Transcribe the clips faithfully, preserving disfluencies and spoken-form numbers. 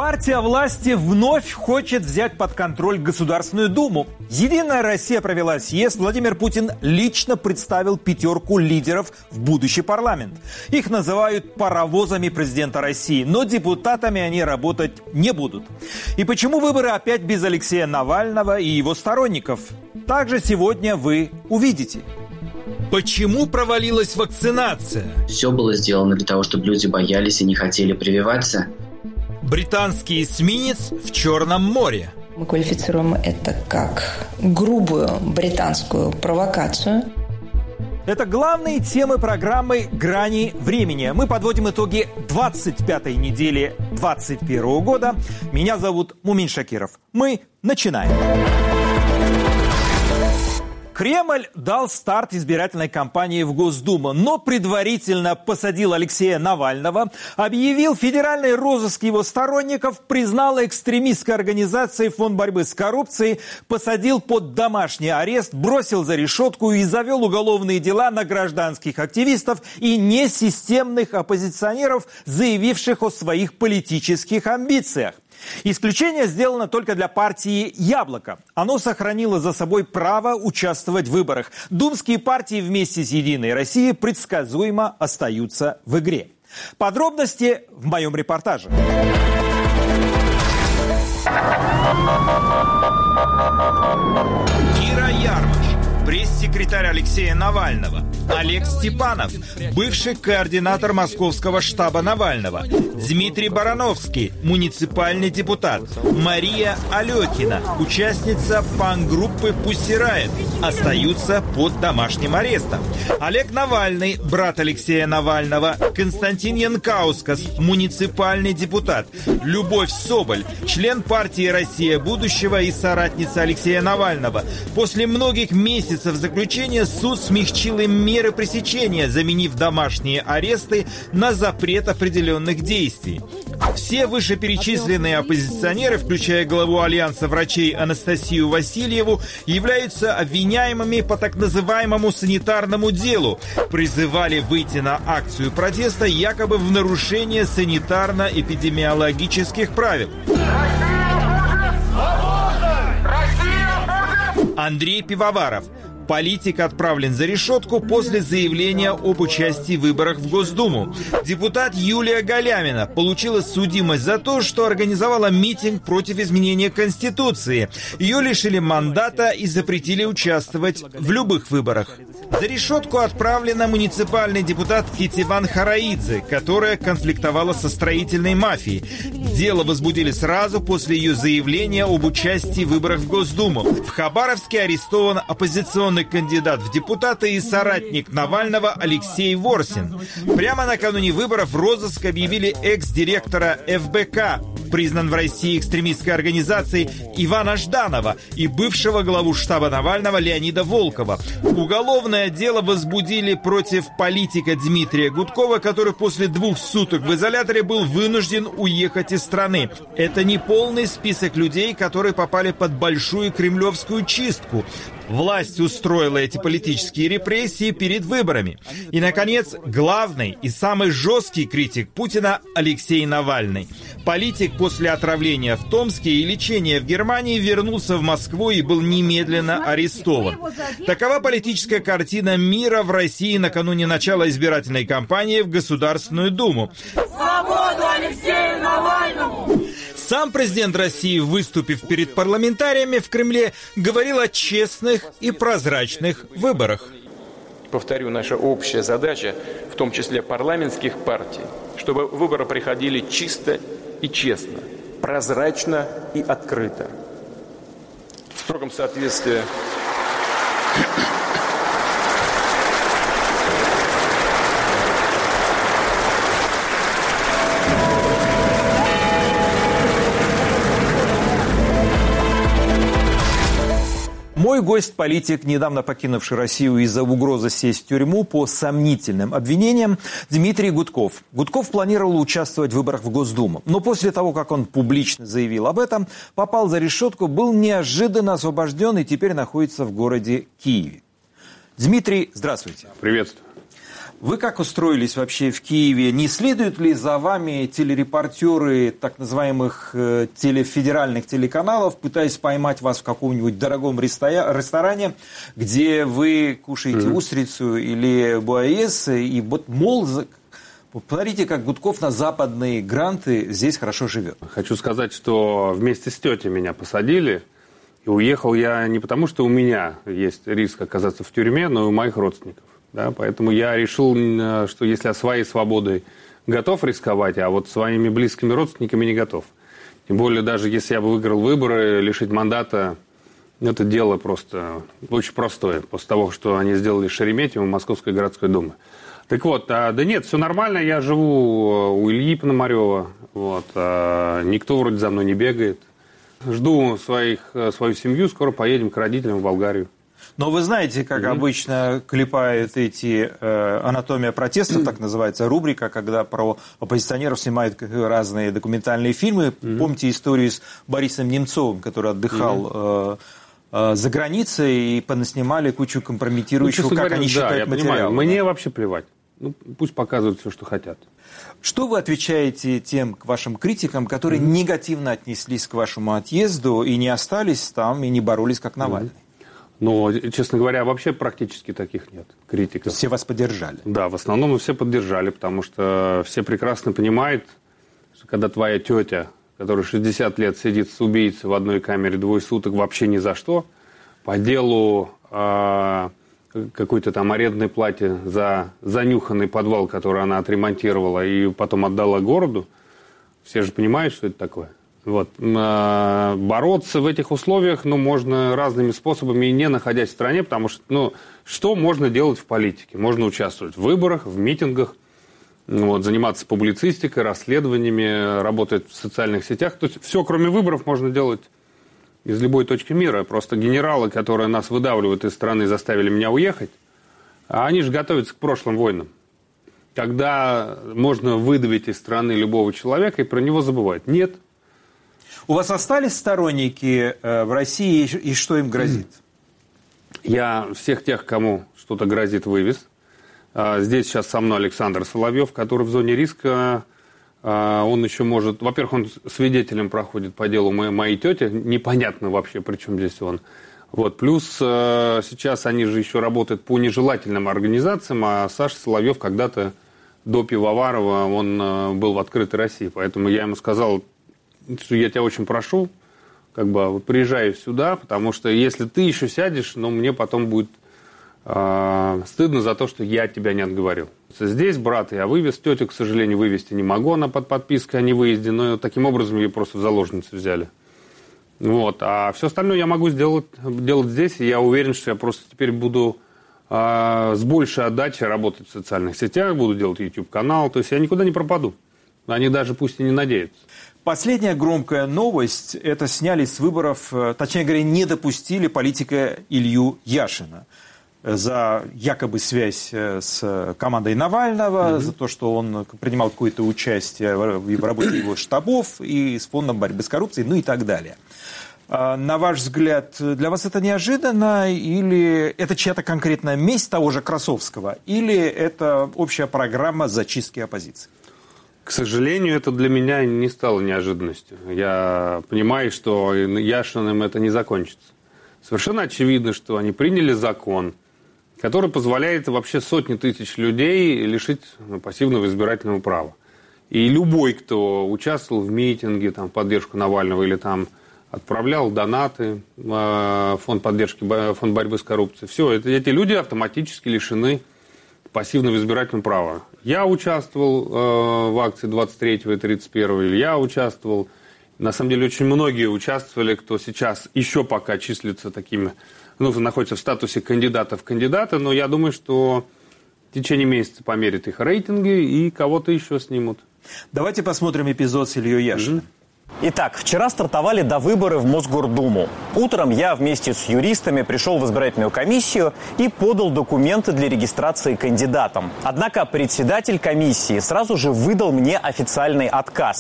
Партия власти вновь хочет взять под контроль Государственную Думу. «Единая Россия» провела съезд. Владимир Путин лично представил пятерку лидеров в будущий парламент. Их называют паровозами президента России, но депутатами они работать не будут. И почему выборы опять без Алексея Навального и его сторонников? Также сегодня вы увидите. Почему провалилась вакцинация? Все было сделано для того, чтобы люди боялись и не хотели прививаться. Британский эсминец в Черном море. Мы квалифицируем это как грубую британскую провокацию. Это главные темы программы «Грани времени». Мы подводим итоги двадцать пятой недели двадцать первого года. Меня зовут Мумин Шакиров. Мы начинаем. Кремль дал старт избирательной кампании в Госдуму, но предварительно посадил Алексея Навального, объявил федеральный розыск его сторонников, признал экстремистской организацией Фонд борьбы с коррупцией, посадил под домашний арест, бросил за решетку и завел уголовные дела на гражданских активистов и несистемных оппозиционеров, заявивших о своих политических амбициях. Исключение сделано только для партии «Яблоко». Оно сохранило за собой право участвовать в выборах. Думские партии вместе с «Единой Россией» предсказуемо остаются в игре. Подробности в моем репортаже. Кира Ярмаш, пресс-секретарь Алексея Навального. Олег Степанов, бывший координатор московского штаба Навального. Дмитрий Барановский, муниципальный депутат. Мария Алекина, участница панк-группы «Пусси Райот», остаются под домашним арестом. Олег Навальный, брат Алексея Навального. Константин Янкаускас, муниципальный депутат. Любовь Соболь, член партии «Россия будущего» и соратница Алексея Навального. После многих месяцев заключения суд смягчил им меры пресечения, заменив домашние аресты на запрет определенных действий. Все вышеперечисленные оппозиционеры, включая главу Альянса врачей Анастасию Васильеву, являются обвиняемыми по так называемому санитарному делу. Призывали выйти на акцию протеста якобы в нарушение санитарно-эпидемиологических правил. Андрей Пивоваров. Политик отправлен за решетку после заявления об участии в выборах в Госдуму. Депутат Юлия Галямина получила судимость за то, что организовала митинг против изменения Конституции. Ее лишили мандата и запретили участвовать в любых выборах. За решетку отправлена муниципальный депутат Кетиван Хараидзе, которая конфликтовала со строительной мафией. Дело возбудили сразу после ее заявления об участии в выборах в Госдуму. В Хабаровске арестован оппозиционный кандидат в депутаты и соратник Навального Алексей Ворсин. Прямо накануне выборов в розыск объявили экс-директора эф бэ ка, признан в России экстремистской организацией, Ивана Жданова и бывшего главу штаба Навального Леонида Волкова. Уголовное дело возбудили против политика Дмитрия Гудкова, который после двух суток в изоляторе был вынужден уехать из страны. Это не полный список людей, которые попали под большую кремлевскую чистку. Власть устроила эти политические репрессии перед выборами. И, наконец, главный и самый жесткий критик Путина Алексей Навальный. Политик после отравления в Томске и лечения в Германии вернулся в Москву и был немедленно арестован. Такова политическая картина мира в России накануне начала избирательной кампании в Государственную Думу. Свободу Алексею Навальному! Сам президент России, выступив перед парламентариями в Кремле, говорил о честных и прозрачных выборах. Повторю, наша общая задача, в том числе парламентских партий, чтобы выборы проходили чисто и честно, прозрачно и открыто. В строгом соответствии... Мой гость – политик, недавно покинувший Россию из-за угрозы сесть в тюрьму по сомнительным обвинениям, Дмитрий Гудков. Гудков планировал участвовать в выборах в Госдуму, но после того, как он публично заявил об этом, попал за решетку, был неожиданно освобожден и теперь находится в городе Киеве. Дмитрий, здравствуйте. Приветствую. Вы как устроились вообще в Киеве? Не следуют ли за вами телерепортеры так называемых э, телефедеральных телеканалов, пытаясь поймать вас в каком-нибудь дорогом ресторане, где вы кушаете mm-hmm. устрицу или буаес, и вот, мол, посмотрите, как Гудков на западные гранты здесь хорошо живет. Хочу сказать, что вместе с тетей меня посадили, и уехал я не потому, что у меня есть риск оказаться в тюрьме, но и у моих родственников. Да, поэтому я решил, что если я своей свободой готов рисковать, а вот своими близкими родственниками не готов. Тем более, даже если я бы выиграл выборы, лишить мандата, это дело просто очень простое. После того, что они сделали с Шереметьевым, Московской городской думы. Так вот, а, да нет, все нормально, я живу у Ильи Пономарева, вот, а, никто вроде за мной не бегает. Жду своих, свою семью, скоро поедем к родителям в Болгарию. Но вы знаете, как mm-hmm. обычно клепают эти э, «Анатомия протестов», так называется рубрика, когда про оппозиционеров снимают разные документальные фильмы. Mm-hmm. Помните историю с Борисом Немцовым, который отдыхал mm-hmm. э, э, за границей, и понаснимали кучу компрометирующего, ну, как говоря, они да, считают, материала. Мне да? вообще плевать. Ну, пусть показывают все, что хотят. Что вы отвечаете тем к вашим критикам, которые mm-hmm. негативно отнеслись к вашему отъезду и не остались там, и не боролись, как Навальный? Mm-hmm. Но, честно говоря, вообще практически таких нет критиков. Все вас поддержали? Да, в основном все поддержали, потому что все прекрасно понимают, что когда твоя тетя, которая шестьдесят лет сидит с убийцей в одной камере двое суток вообще ни за что, по делу э, какой-то там арендной плате за занюханный подвал, который она отремонтировала и потом отдала городу, все же понимают, что это такое. Вот. Бороться в этих условиях ну, можно разными способами и не находясь в стране, потому что ну, что можно делать в политике? Можно участвовать в выборах, в митингах, вот, заниматься публицистикой, расследованиями, работать в социальных сетях. То есть все, кроме выборов, можно делать из любой точки мира. Просто генералы, которые нас выдавливают из страны, заставили меня уехать, они же готовятся к прошлым войнам. Когда можно выдавить из страны любого человека и про него забывать. Нет. У вас остались сторонники э, в России, и что им грозит? Я всех тех, кому что-то грозит, вывез. А, здесь сейчас со мной Александр Соловьев, который в зоне риска. А, он еще может... Во-первых, он свидетелем проходит по делу моей, моей тети. Непонятно вообще, при чем здесь он. Вот. Плюс а, сейчас они же еще работают по нежелательным организациям, а Саша Соловьев когда-то до Пивоварова он а, был в «Открытой России». Поэтому я ему сказал... Я тебя очень прошу, как бы приезжай сюда, потому что если ты еще сядешь, ну, мне потом будет э, стыдно за то, что я тебя не отговорил. Здесь брата я вывез, тетю, к сожалению, вывести не могу, она под подпиской о невыезде, но таким образом ее просто в заложницы взяли. Вот. А все остальное я могу сделать, делать здесь, и я уверен, что я просто теперь буду э, с большей отдачей работать в социальных сетях, буду делать YouTube-канал, то есть я никуда не пропаду. Они даже пусть и не надеются. Последняя громкая новость – это сняли с выборов, точнее говоря, не допустили политика Илью Яшина за якобы связь с командой Навального, mm-hmm. за то, что он принимал какое-то участие в работе его штабов и с фондом борьбы с коррупцией, ну и так далее. На ваш взгляд, для вас это неожиданно, или это чья-то конкретная месть того же Красовского, или это общая программа зачистки оппозиции? К сожалению, это для меня не стало неожиданностью. Я понимаю, что Яшиным это не закончится. Совершенно очевидно, что они приняли закон, который позволяет вообще сотни тысяч людей лишить пассивного избирательного права. И любой, кто участвовал в митинге там, в поддержку Навального или там отправлял донаты в фонд поддержки, фонд борьбы с коррупцией, все, это, эти люди автоматически лишены пассивного избирательного права. Я участвовал э, в акции двадцать третьего и тридцать первого, я участвовал. На самом деле, очень многие участвовали, кто сейчас еще пока числится такими, ну, находится в статусе кандидатов в кандидаты, но я думаю, что в течение месяца померят их рейтинги и кого-то еще снимут. Давайте посмотрим эпизод с Ильей Яшиным. Mm-hmm. Итак, вчера стартовали довыборы в Мосгордуму. Утром я вместе с юристами пришел в избирательную комиссию и подал документы для регистрации кандидатом. Однако председатель комиссии сразу же выдал мне официальный отказ.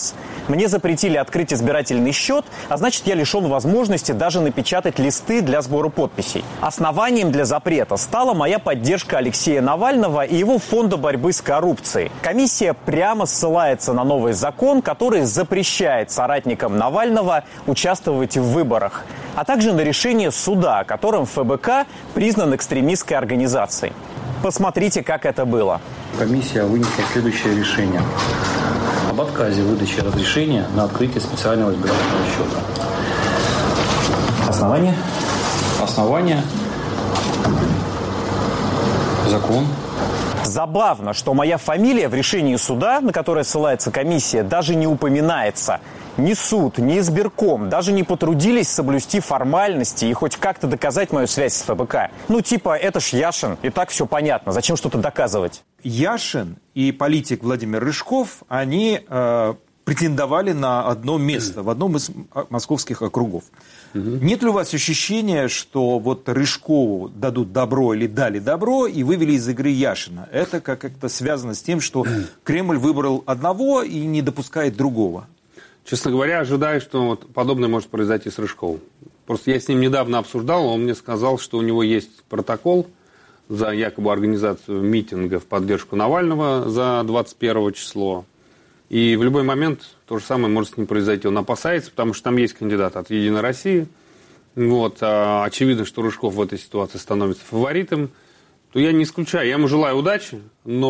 Мне запретили открыть избирательный счет, а значит, я лишен возможности даже напечатать листы для сбора подписей. Основанием для запрета стала моя поддержка Алексея Навального и его фонда борьбы с коррупцией. Комиссия прямо ссылается на новый закон, который запрещает соратникам Навального участвовать в выборах, а также на решение суда, которым эф бэ ка признан экстремистской организацией. Посмотрите, как это было. Комиссия вынесла следующее решение об отказе выдачи разрешения на открытие специального избирательного счета. Основание? Основание – закон. Забавно, что моя фамилия в решении суда, на которое ссылается комиссия, даже не упоминается. Ни суд, ни избирком даже не потрудились соблюсти формальности и хоть как-то доказать мою связь с эф бэ ка. Ну типа, это ж Яшин, и так все понятно, зачем что-то доказывать? Яшин и политик Владимир Рыжков, они э, претендовали на одно место в одном из московских округов. Угу. Нет ли у вас ощущения, что вот Рыжкову дадут добро или дали добро и вывели из игры Яшина? Это как-то связано с тем, что Кремль выбрал одного и не допускает другого? Честно говоря, ожидаю, что вот подобное может произойти с Рыжковым. Просто я с ним недавно обсуждал, он мне сказал, что у него есть протокол за якобы организацию митинга в поддержку Навального за двадцать первое число. И в любой момент то же самое может с ним произойти. Он опасается, потому что там есть кандидат от «Единой России». Вот, а очевидно, что Рыжков в этой ситуации становится фаворитом. То я не исключаю, я ему желаю удачи,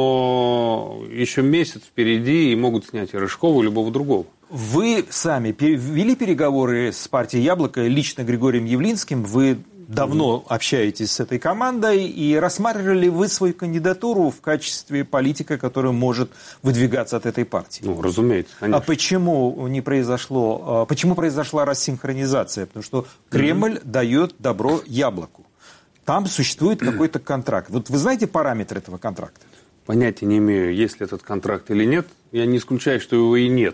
но еще месяц впереди и могут снять и Рыжкова, и любого другого. Вы сами вели переговоры с партией «Яблоко», лично Григорием Явлинским, вы давно mm-hmm. общаетесь с этой командой, и рассматривали вы свою кандидатуру в качестве политика, который может выдвигаться от этой партии? Ну, разумеется, конечно. А почему не произошло, почему произошла рассинхронизация? Потому что Кремль mm-hmm. дает добро «Яблоку». Там существует какой-то контракт. Вот вы знаете параметры этого контракта? Понятия не имею, есть ли этот контракт или нет. Я не исключаю, что его и нет.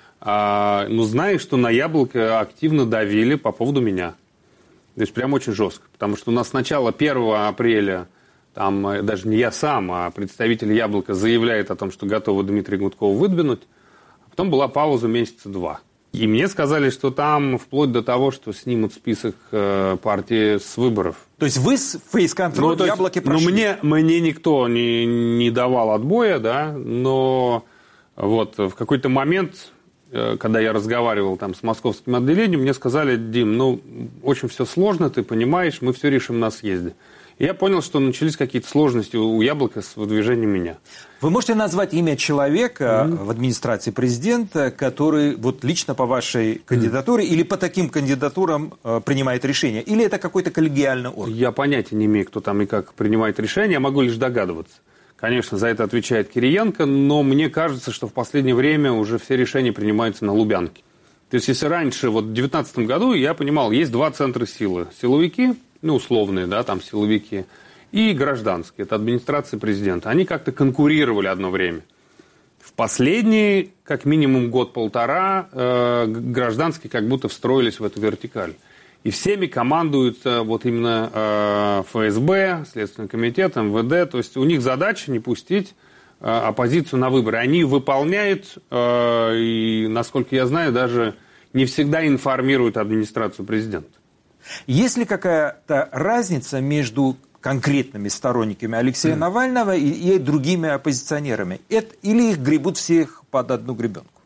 А, но знаю, что на «Яблоко» активно давили по поводу меня. То есть прям очень жестко. Потому что у нас с начала первого апреля, там даже не я сам, а представитель «Яблока» заявляет о том, что готовы Дмитрия Гудкова выдвинуть. А потом была пауза месяца два. И мне сказали, что там вплоть до того, что снимут список э, партии с выборов. То есть вы с фейс-контроль ну, «Яблоки» прошли? Ну, мне, мне никто не, не давал отбоя, да, но вот в какой-то момент, э, когда я разговаривал там с московским отделением, мне сказали: Дим, ну, очень все сложно, ты понимаешь, мы все решим на съезде. И я понял, что начались какие-то сложности у «Яблока» с выдвижением меня. Вы можете назвать имя человека mm-hmm. в администрации президента, который вот лично по вашей кандидатуре mm-hmm. или по таким кандидатурам э, принимает решение? Или это какой-то коллегиальный орган? Я понятия не имею, кто там и как принимает решение. Я могу лишь догадываться. Конечно, за это отвечает Кириенко, но мне кажется, что в последнее время уже все решения принимаются на Лубянке. То есть, если раньше, вот в две тысячи девятнадцатом году, я понимал, есть два центра силы. Силовики, ну, условные, да, там силовики, и гражданские, это администрация президента. Они как-то конкурировали одно время. В последний, как минимум год-полтора, э, гражданские как будто встроились в эту вертикаль. И всеми командуют э, вот именно э, эф эс бэ, Следственный комитет, эм вэ дэ. То есть у них задача не пустить э, оппозицию на выборы. Они выполняют, э, и, насколько я знаю, даже не всегда информируют администрацию президента. Есть ли какая-то разница между конкретными сторонниками Алексея mm. Навального и, и другими оппозиционерами? Это, или их гребут всех под одну гребенку?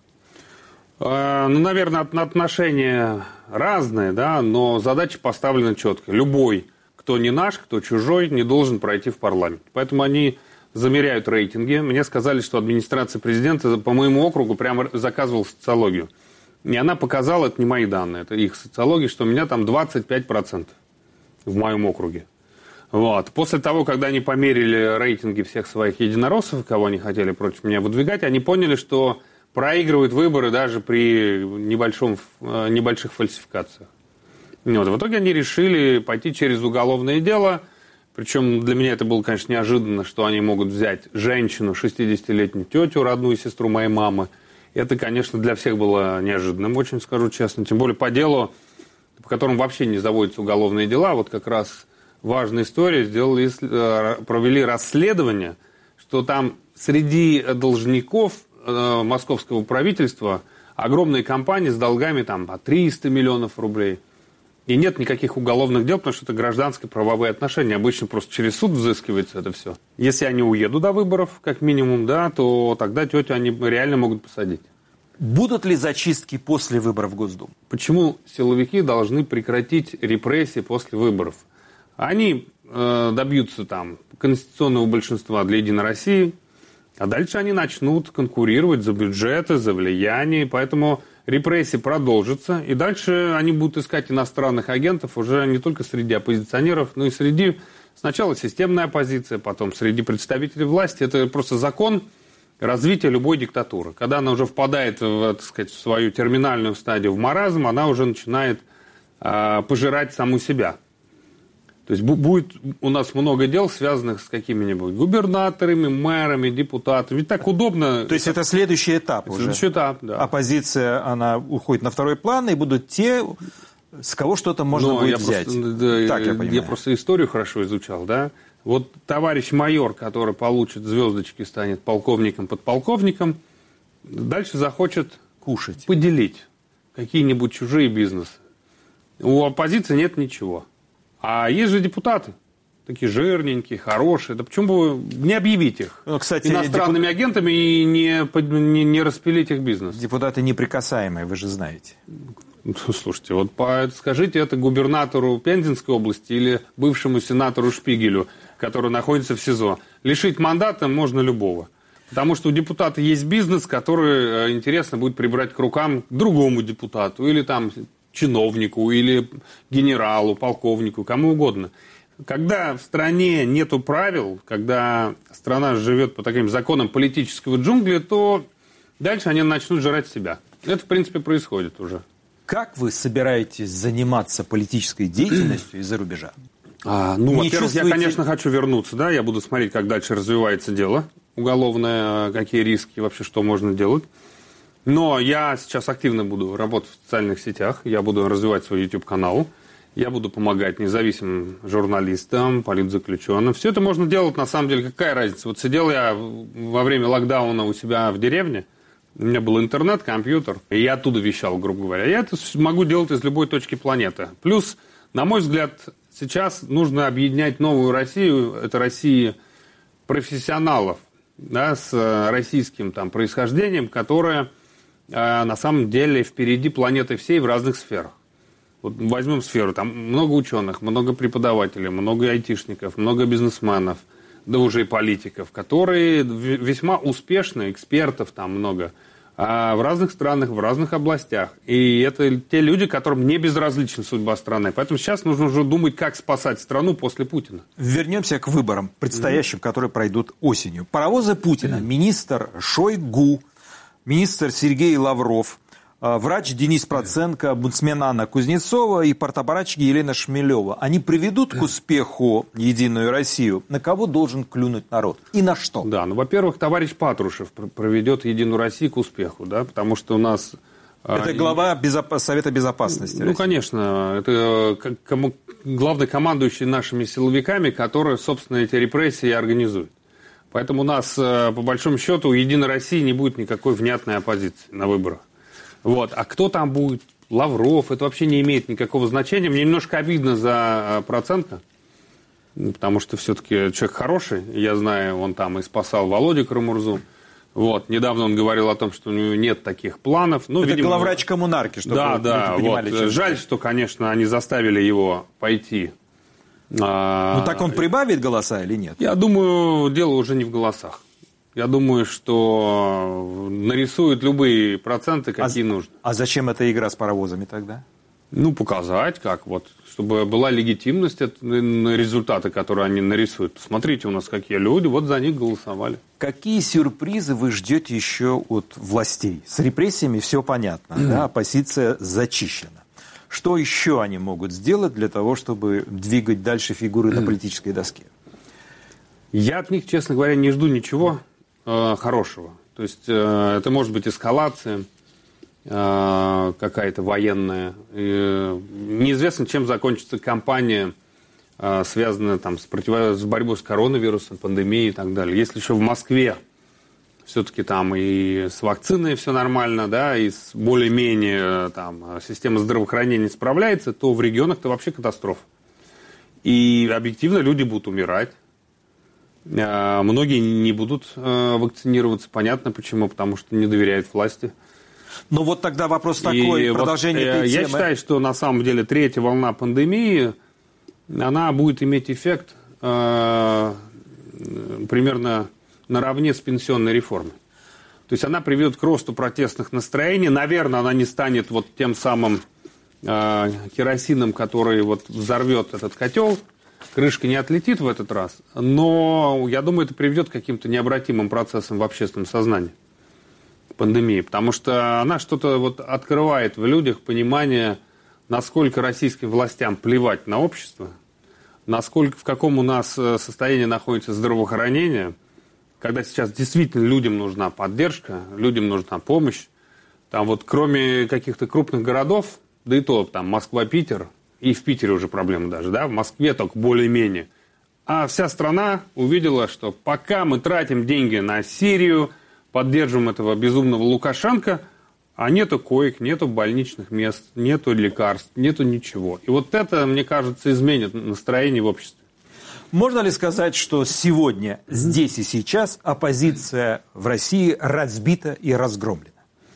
Э, ну, наверное, отношения разные, да, но задача поставлена четко. Любой, кто не наш, кто чужой, не должен пройти в парламент. Поэтому они замеряют рейтинги. Мне сказали, что администрация президента по моему округу прямо заказывала социологию. И она показала, это не мои данные, это их социология, что у меня там двадцать пять процентов в моем округе. Вот. После того, когда они померили рейтинги всех своих единороссов, кого они хотели против меня выдвигать, они поняли, что проигрывают выборы даже при небольшом, небольших фальсификациях. Вот. В итоге они решили пойти через уголовное дело. Причем для меня это было, конечно, неожиданно, что они могут взять женщину, шестидесятилетнюю тетю, родную сестру моей мамы. Это, конечно, для всех было неожиданным, очень скажу честно. Тем более по делу, по которому вообще не заводятся уголовные дела. Вот как раз важная история. Сделали, провели расследование, что там среди должников московского правительства огромные компании с долгами там по триста миллионов рублей. И нет никаких уголовных дел, потому что это гражданские правовые отношения. Обычно просто через суд взыскивается это все. Если они уедут до выборов, как минимум, да, то тогда тетю они реально могут посадить. Будут ли зачистки после выборов в Госдуму? Почему силовики должны прекратить репрессии после выборов? Они э, добьются там конституционного большинства для «Единой России», а дальше они начнут конкурировать за бюджеты, за влияние, поэтому репрессии продолжатся, и дальше они будут искать иностранных агентов уже не только среди оппозиционеров, но и среди сначала системной оппозиции, потом среди представителей власти. Это просто закон развития любой диктатуры. Когда она уже впадает в, так сказать, в свою терминальную стадию, в маразм, она уже начинает э, пожирать саму себя. То есть будет у нас много дел, связанных с какими-нибудь губернаторами, мэрами, депутатами. Ведь так удобно. То есть это следующий этап это уже? Следующий этап, да. Оппозиция, она уходит на второй план, и будут те, с кого что-то можно Но будет я взять. Просто, да, так я понимаю. Я просто историю хорошо изучал, да. Вот товарищ майор, который получит звездочки, станет полковником, подполковником, дальше захочет кушать, поделить какие-нибудь чужие бизнесы. У оппозиции нет ничего. А есть же депутаты, такие жирненькие, хорошие. Да почему бы не объявить их ну, кстати, иностранными депут... агентами и не, не, не распилить их бизнес? Депутаты неприкасаемые, вы же знаете. Слушайте, вот по, скажите это губернатору Пензенской области или бывшему сенатору Шпигелю, который находится в СИЗО. Лишить мандата можно любого. Потому что у депутата есть бизнес, который интересно будет прибрать к рукам другому депутату или там чиновнику, или генералу, полковнику, кому угодно. Когда в стране нету правил, когда страна живет по таким законам политического джунгля, то дальше они начнут жрать себя. Это, в принципе, происходит уже. Как вы собираетесь заниматься политической деятельностью из-за рубежа? А, ну, Не во-первых, чувствуете... я, конечно, хочу вернуться, да, я буду смотреть, как дальше развивается дело уголовное, какие риски, вообще что можно делать. Но я сейчас активно буду работать в социальных сетях, я буду развивать свой YouTube-канал, я буду помогать независимым журналистам, политзаключенным. Все это можно делать, на самом деле, какая разница? Вот сидел я во время локдауна у себя в деревне, у меня был интернет, компьютер, и я оттуда вещал, грубо говоря. Я это могу делать из любой точки планеты. Плюс, на мой взгляд, сейчас нужно объединять новую Россию, это Россия профессионалов, да, с российским там происхождением, которая на самом деле впереди планеты всей в разных сферах. Вот возьмем сферу, там много ученых, много преподавателей, много айтишников, много бизнесменов, да уже и политиков, которые весьма успешны, экспертов там много, а в разных странах, в разных областях. И это те люди, которым не безразлична судьба страны. Поэтому сейчас нужно уже думать, как спасать страну после Путина. Вернемся к выборам предстоящим, mm-hmm. которые пройдут осенью. Паровозы Путина, mm-hmm. министр Шойгу, министр Сергей Лавров, врач Денис Проценко, омбудсмен Анна Кузнецова и партаппаратчик Елена Шмелева. Они приведут к успеху Единую Россию? На кого должен клюнуть народ? И на что? Да, ну, во-первых, товарищ Патрушев проведет Единую Россию к успеху, да, потому что у нас... Это глава безоп... Совета Безопасности Ну, России. конечно, это кому... главный командующий нашими силовиками, который, собственно, эти репрессии организует. Поэтому у нас, по большому счету, у Единой России не будет никакой внятной оппозиции на выборах. Вот. А кто там будет? Лавров, это вообще не имеет никакого значения. Мне немножко обидно за Проценко, потому что все-таки человек хороший. Я знаю, он там и спасал Володю Карамурзу. Вот. Недавно он говорил о том, что у него нет таких планов. Ну, это видимо, главврач коммунарки, чтобы да, вы да, понимали. Вот. Жаль, что, конечно, они заставили его пойти. Ну, так он прибавит голоса или нет? Я думаю, дело уже не в голосах. Я думаю, что нарисуют любые проценты, какие а, нужны. А зачем эта игра с паровозами тогда? Ну, показать, как вот, чтобы была легитимность на результаты, которые они нарисуют. Посмотрите, у нас какие люди, вот за них голосовали. Какие сюрпризы вы ждете еще от властей? С репрессиями все понятно, да, оппозиция зачищена. Что еще они могут сделать для того, чтобы двигать дальше фигуры на политической доске? Я от них, честно говоря, не жду ничего э, хорошего. То есть э, это может быть эскалация э, какая-то военная. Э, неизвестно, чем закончится кампания, э, связанная там, с, против... с борьбой с коронавирусом, пандемией и так далее. Если еще в Москве все-таки там и с вакциной все нормально, да, и с более-менее там система здравоохранения справляется, то в регионах-то вообще катастрофа. И объективно люди будут умирать. Многие не будут вакцинироваться. Понятно почему, потому что не доверяют власти. Ну вот тогда вопрос такой, и продолжение вот, этой я темы. считаю, что на самом деле третья волна пандемии, она будет иметь эффект э, примерно наравне с пенсионной реформой. То есть она приведет к росту протестных настроений. Наверное, она не станет вот тем самым э, керосином, который вот взорвет этот котел. Крышка не отлетит в этот раз. Но я думаю, это приведет к каким-то необратимым процессам в общественном сознании. Пандемии. Потому что она что-то вот открывает в людях понимание, насколько российским властям плевать на общество, насколько, в каком у нас состоянии находится здравоохранение, когда сейчас действительно людям нужна поддержка, людям нужна помощь. Там вот кроме каких-то крупных городов, да и то там Москва, Питер, и в Питере уже проблема даже, да, в Москве только более-менее. А вся страна увидела, что пока мы тратим деньги на Сирию, поддерживаем этого безумного Лукашенко, а нету коек, нету больничных мест, нету лекарств, нету ничего. И вот это, мне кажется, изменит настроение в обществе. Можно ли сказать, что сегодня, здесь и сейчас оппозиция в России разбита и разгромлена?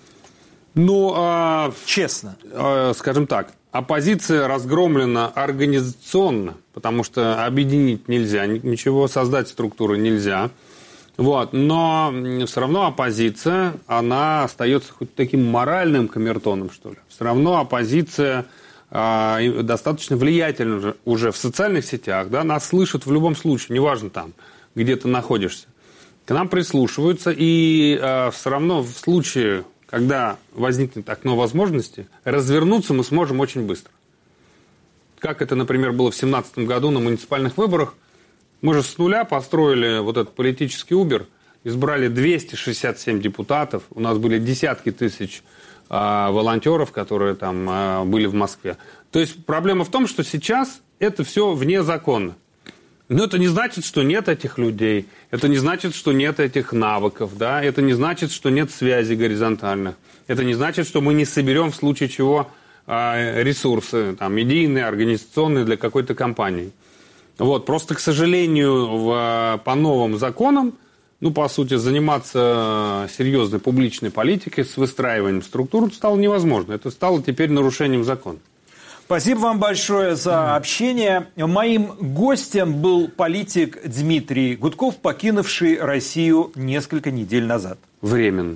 Ну, а, честно. А, скажем так, оппозиция разгромлена организационно, потому что объединить нельзя, ничего создать структуры нельзя. Вот. Но все равно оппозиция, она остается хоть таким моральным камертоном, что ли. Все равно оппозиция э, достаточно влиятельна уже, уже в социальных сетях. Да, нас слышат в любом случае, неважно там, где ты находишься. К нам прислушиваются, и э, все равно в случае, когда возникнет окно возможности, развернуться мы сможем очень быстро. Как это, например, было в две тысячи семнадцатом году на муниципальных выборах. Мы же с нуля построили вот этот политический Uber, избрали двести шестьдесят семь депутатов, у нас были десятки тысяч э, волонтеров, которые там э, были в Москве. То есть проблема в том, что сейчас это все вне закона. Но это не значит, что нет этих людей, это не значит, что нет этих навыков, да? Это не значит, что нет связей горизонтальных, это не значит, что мы не соберем в случае чего э, ресурсы там, медийные, организационные для какой-то компании. Вот, просто, к сожалению, в, по новым законам, ну, по сути, заниматься серьезной публичной политикой с выстраиванием структур стало невозможно. Это стало теперь нарушением закона. Спасибо вам большое за общение. Моим гостем был политик Дмитрий Гудков, покинувший Россию несколько недель назад. Временно.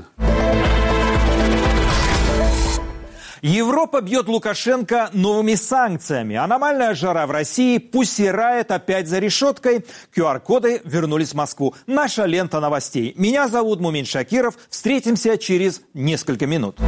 Европа бьет Лукашенко новыми санкциями. Аномальная жара в России, пусирает опять за решеткой. ку ар коды вернулись в Москву. Наша лента новостей. Меня зовут Мумин Шакиров. Встретимся через несколько минут.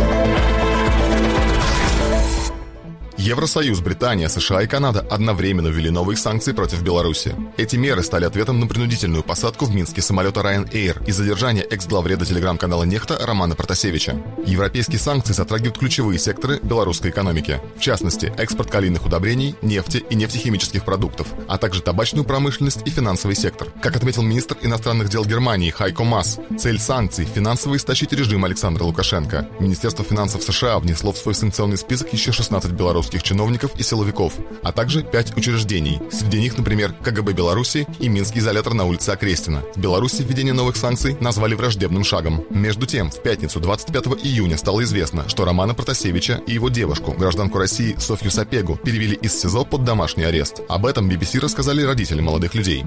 Евросоюз, Британия, США и Канада одновременно ввели новые санкции против Беларуси. Эти меры стали ответом на принудительную посадку в Минске самолета Ryanair и задержание экс-главреда телеграм-канала «Нехта» Романа Протасевича. Европейские санкции затрагивают ключевые секторы белорусской экономики. В частности, экспорт калийных удобрений, нефти и нефтехимических продуктов, а также табачную промышленность и финансовый сектор. Как отметил министр иностранных дел Германии Хайко Маас, цель санкций – финансово истощить режим Александра Лукашенко. Министерство финансов США внесло в свой санкционный список еще шестнадцать белорусских чиновников и силовиков, а также пять учреждений. Среди них, например, ка гэ бэ Беларуси и Минский изолятор на улице Окрестина. В Беларуси введение новых санкций назвали враждебным шагом. Между тем, в пятницу двадцать пятого июня стало известно, что Романа Протасевича и его девушку, гражданку России Софью Сапегу, перевели из СИЗО под домашний арест. Об этом би би си рассказали родители молодых людей.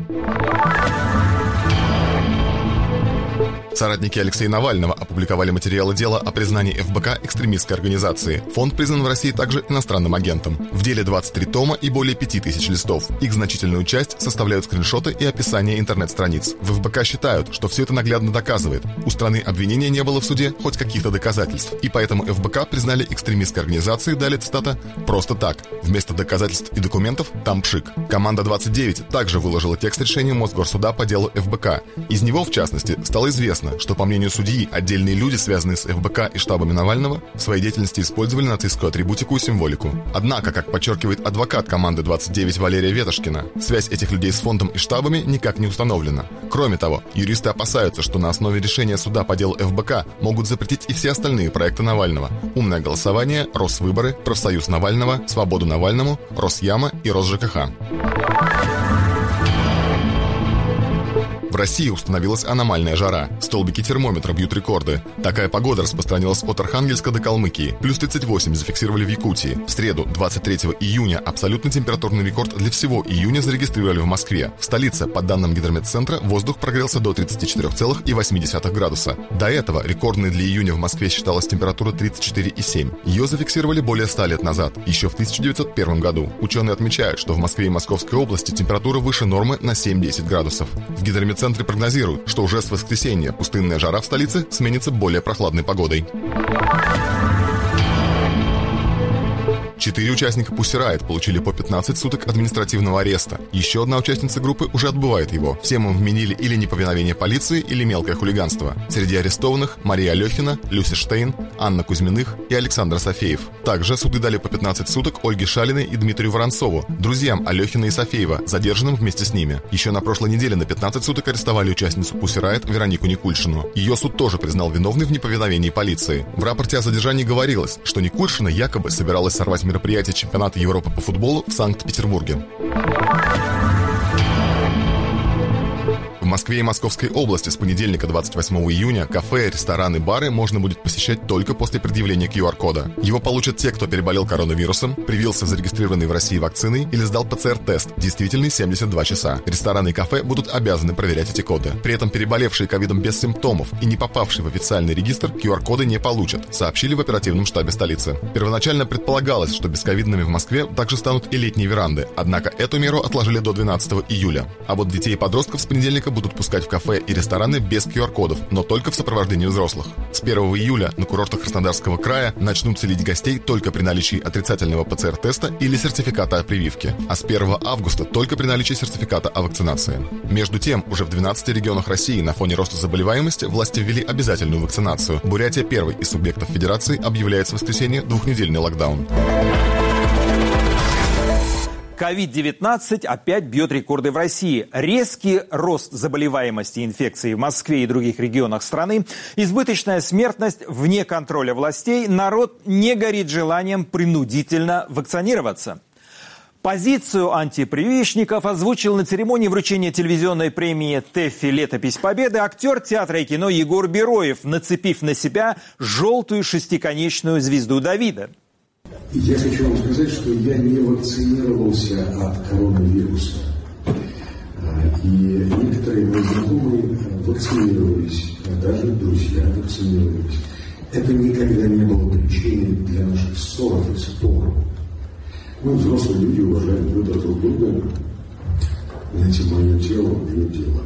Соратники Алексея Навального опубликовали материалы дела о признании эф бэ ка экстремистской организации. Фонд признан в России также иностранным агентом. В деле двадцать три тома и более пяти тысяч листов. Их значительную часть составляют скриншоты и описание интернет-страниц. В эф бэ ка считают, что все это наглядно доказывает. У страны обвинения не было в суде хоть каких-то доказательств. И поэтому эф бэ ка признали экстремистской организацией, далее цитата, «просто так. Вместо доказательств и документов там пшик». Команда двадцать девять также выложила текст решения Мосгорсуда по делу эф бэ ка. Из него, в частности, стало известно, известно, что, по мнению судьи, отдельные люди, связанные с эф бэ ка и штабами Навального, в своей деятельности использовали нацистскую атрибутику и символику. Однако, как подчеркивает адвокат команды двадцать девять Валерия Ветошкина, связь этих людей с фондом и штабами никак не установлена. Кроме того, юристы опасаются, что на основе решения суда по делу эф бэ ка могут запретить и все остальные проекты Навального: «Умное голосование», «Росвыборы», «Профсоюз Навального», «Свободу Навальному», «Росяма» и «РосЖКХ». В России установилась аномальная жара. Столбики термометра бьют рекорды. Такая погода распространилась от Архангельска до Калмыкии. Плюс тридцать восемь зафиксировали в Якутии. В среду, двадцать третьего июня, абсолютный температурный рекорд для всего июня зарегистрировали в Москве. В столице, по данным Гидрометцентра, воздух прогрелся до тридцать четыре целых восемь десятых градуса. До этого рекордной для июня в Москве считалась температура тридцать четыре и семь. Ее зафиксировали более ста лет назад, еще в тысяча девятьсот первом году. Ученые отмечают, что в Москве и Московской области температура выше нормы на семь-десять градусов. В Гидрометцентре В центре прогнозируют, что уже с воскресенья пустынная жара в столице сменится более прохладной погодой. Четыре участника Pussy Riot получили по пятнадцать суток административного ареста. Еще одна участница группы уже отбывает его. Всем им вменили или неповиновение полиции, или мелкое хулиганство. Среди арестованных Мария Алехина, Люся Штейн, Анна Кузьминых и Александр Софеев. Также суды дали по пятнадцать суток Ольге Шалиной и Дмитрию Воронцову, друзьям Алехина и Софеева, задержанным вместе с ними. Еще на прошлой неделе на пятнадцать суток арестовали участницу Pussy Riot Веронику Никульшину. Ее суд тоже признал виновной в неповиновении полиции. В рапорте о задержании говорилось, что Никульшина якобы собиралась сорвать мероприятие чемпионата Европы по футболу в Санкт-Петербурге. В Москве и Московской области с понедельника двадцать восьмого июня кафе, рестораны, бары можно будет посещать только после предъявления ку ар кода. Его получат те, кто переболел коронавирусом, привился зарегистрированной в России вакциной или сдал пэ цэ эр-тест, длительный семьдесят два часа. Рестораны и кафе будут обязаны проверять эти коды. При этом переболевшие ковидом без симптомов и не попавшие в официальный регистр ку ар-коды не получат, сообщили в оперативном штабе столицы. Первоначально предполагалось, что бесковидными в Москве также станут и летние веранды, однако эту меру отложили до двенадцатого июля. А вот детей и подростков с понедельника будут будут пускать в кафе и рестораны без ку ар-кодов, но только в сопровождении взрослых. С первого июля на курортах Краснодарского края начнут селить гостей только при наличии отрицательного пэ цэ эр-теста или сертификата о прививке, а с первого августа только при наличии сертификата о вакцинации. Между тем, уже в двенадцати регионах России на фоне роста заболеваемости власти ввели обязательную вакцинацию. Бурятия, первый из субъектов федерации, объявляет с воскресенья двухнедельный локдаун. ковид девятнадцать опять бьет рекорды в России. Резкий рост заболеваемости инфекцией в Москве и других регионах страны, избыточная смертность вне контроля властей, народ не горит желанием принудительно вакцинироваться. Позицию антипрививочников озвучил на церемонии вручения телевизионной премии ТЭФИ «Летопись Победы» актер театра и кино Егор Бероев, нацепив на себя желтую шестиконечную звезду Давида. Я хочу вам сказать, что я не вакцинировался от коронавируса. И некоторые мои знакомые вакцинировались, даже друзья вакцинировались. Это никогда не было причиной для наших ссор и споров. Мы, взрослые люди, уважаем друг друга. Знаете, мое тело, мое дело.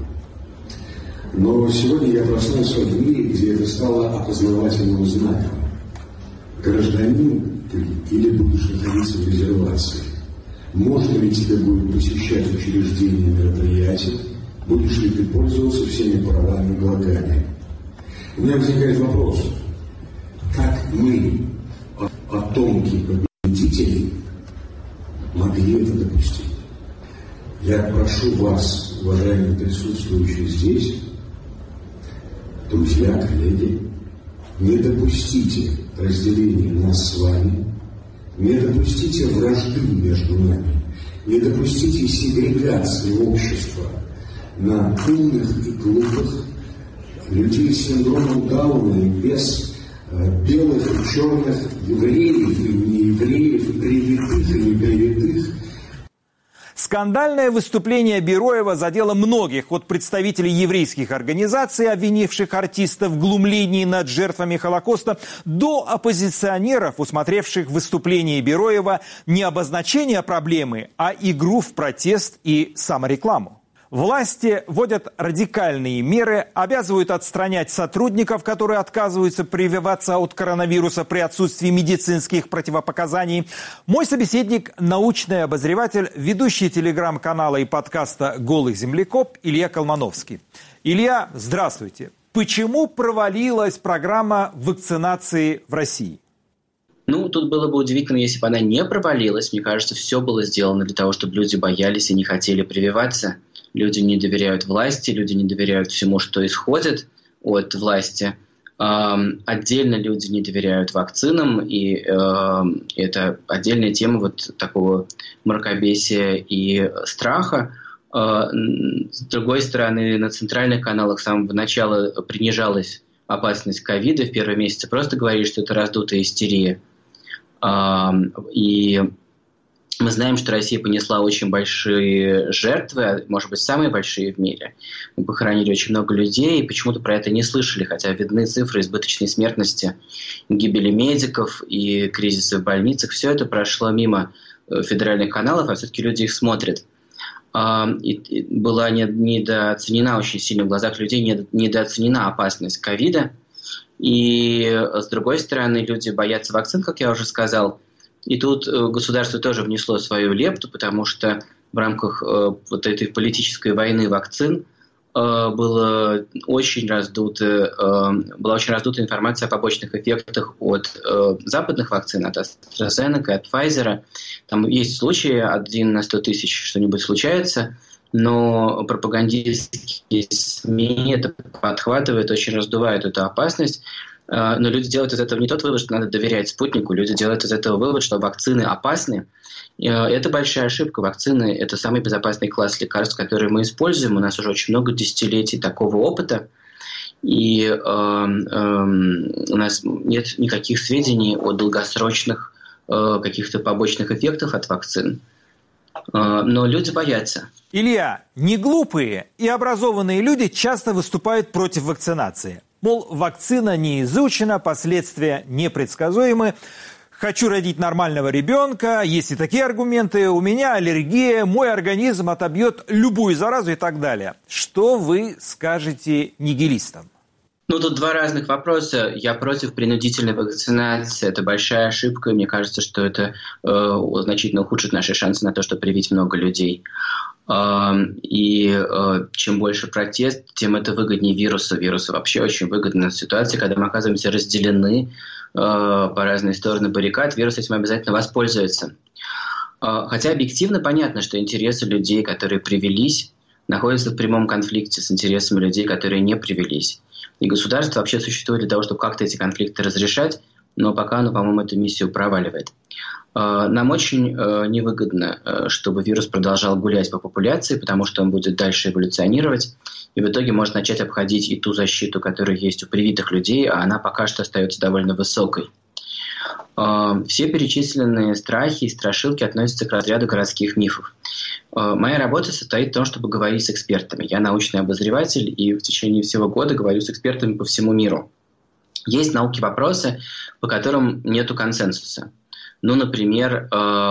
Но сегодня я проснулся в мире, где это стало опознавательным знаком. Гражданин ты или будешь находиться в резервации? Можно ли тебе будет посещать учреждения, мероприятия? Будешь ли ты пользоваться всеми правами и благами? У меня возникает вопрос. Как мы, потомки победителей, могли это допустить? Я прошу вас, уважаемые присутствующие здесь, друзья, коллеги, не допустите разделения нас с вами, не допустите вражды между нами, не допустите сегрегации общества на умных и глупых, людей с синдромом Дауна и без э, белых и черных, евреев и неевреев, привитых и непривитых. Скандальное выступление Бероева задело многих, от представителей еврейских организаций, обвинивших артиста в глумлении над жертвами Холокоста, до оппозиционеров, усмотревших в выступлении Бероева не обозначение проблемы, а игру в протест и саморекламу. Власти вводят радикальные меры, обязывают отстранять сотрудников, которые отказываются прививаться от коронавируса при отсутствии медицинских противопоказаний. Мой собеседник – научный обозреватель, ведущий телеграм-канала и подкаста «Голый землекоп» Илья Колмановский. Илья, здравствуйте. Почему провалилась программа вакцинации в России? Ну, тут было бы удивительно, если бы она не провалилась. Мне кажется, все было сделано для того, чтобы люди боялись и не хотели прививаться. Люди не доверяют власти, люди не доверяют всему, что исходит от власти. Эм, отдельно люди не доверяют вакцинам, и э, это отдельная тема вот такого мракобесия и страха. Э, с другой стороны, на центральных каналах с самого начала принижалась опасность ковида. В первые месяцы просто говорили, что это раздутая истерия. И мы знаем, что Россия понесла очень большие жертвы, может быть, самые большие в мире. Мы похоронили очень много людей, и почему-то про это не слышали, хотя видны цифры избыточной смертности, гибели медиков и кризиса в больницах. Все это прошло мимо федеральных каналов, а все-таки люди их смотрят. И была недооценена очень сильно в глазах людей, недооценена опасность ковида. И, с другой стороны, люди боятся вакцин, как я уже сказал. И тут государство тоже внесло свою лепту, потому что в рамках вот этой политической войны вакцин было очень раздуто, была очень раздута информация о побочных эффектах от западных вакцин, от AstraZeneca, от Pfizer. Там есть случаи, один на сто тысяч что-нибудь случается, но пропагандистские СМИ это подхватывают, очень раздувают эту опасность. Но люди делают из этого не тот вывод, что надо доверять спутнику, люди делают из этого вывод, что вакцины опасны. Это большая ошибка. Вакцины – это самый безопасный класс лекарств, который мы используем. У нас уже очень много десятилетий такого опыта, и э, э, у нас нет никаких сведений о долгосрочных э, каких-то побочных эффектах от вакцин. Но люди боятся. Илья, неглупые и образованные люди часто выступают против вакцинации. Мол, вакцина не изучена, последствия непредсказуемы. Хочу родить нормального ребенка, есть и такие аргументы. У меня аллергия, мой организм отобьет любую заразу и так далее. Что вы скажете нигилистам? Ну, тут два разных вопроса. Я против принудительной вакцинации. Это большая ошибка. Мне кажется, что это э, значительно ухудшит наши шансы на то, чтобы привить много людей. Э, и э, чем больше протест, тем это выгоднее вирусу. Вирусу вообще очень выгодна ситуация, когда мы оказываемся разделены э, по разные стороны баррикад. Вирус этим обязательно воспользуется. Э, хотя объективно понятно, что интересы людей, которые привились, находятся в прямом конфликте с интересами людей, которые не привились. И государство вообще существует для того, чтобы как-то эти конфликты разрешать, но пока оно, по-моему, эту миссию проваливает. Нам очень невыгодно, чтобы вирус продолжал гулять по популяции, потому что он будет дальше эволюционировать, и в итоге может начать обходить и ту защиту, которая есть у привитых людей, а она пока что остается довольно высокой. Все перечисленные страхи и страшилки относятся к разряду городских мифов. Моя работа состоит в том, чтобы говорить с экспертами. Я научный обозреватель и в течение всего года говорю с экспертами по всему миру. Есть науки вопросы, по которым нет консенсуса. Ну, например,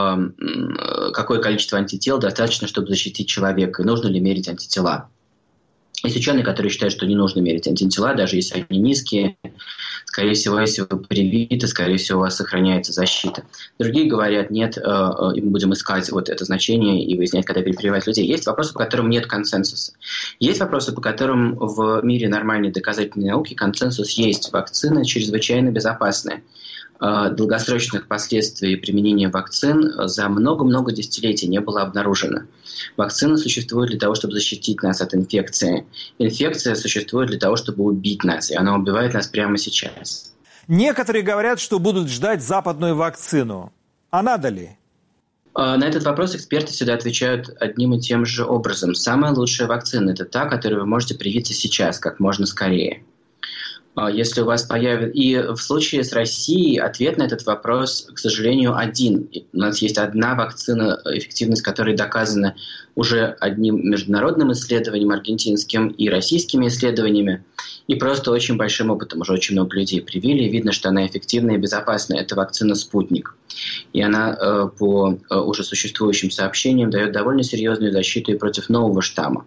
какое количество антител достаточно, чтобы защитить человека, и нужно ли мерить антитела. Есть ученые, которые считают, что не нужно мерить антитела, даже если они низкие. Скорее всего, если вы привиты, скорее всего, у вас сохраняется защита. Другие говорят, нет, и мы будем искать вот это значение и выяснять, когда перепрививать людей. Есть вопросы, по которым нет консенсуса. Есть вопросы, по которым в мире нормальной доказательной науки консенсус есть. Вакцины чрезвычайно безопасны. Долгосрочных последствий применения вакцин за много-много десятилетий не было обнаружено. Вакцина существует для того, чтобы защитить нас от инфекции. Инфекция существует для того, чтобы убить нас, и она убивает нас прямо сейчас. Некоторые говорят, что будут ждать западную вакцину. А надо ли? На этот вопрос эксперты всегда отвечают одним и тем же образом. Самая лучшая вакцина – это та, которой вы можете привиться сейчас, как можно скорее. Если у вас появится... И в случае с Россией ответ на этот вопрос, к сожалению, один. У нас есть одна вакцина, эффективность которой доказана уже одним международным исследованием, аргентинским и российскими исследованиями, и просто очень большим опытом. Уже очень много людей привили, и видно, что она эффективна и безопасна. Это вакцина «Спутник». И она по уже существующим сообщениям дает довольно серьезную защиту и против нового штамма.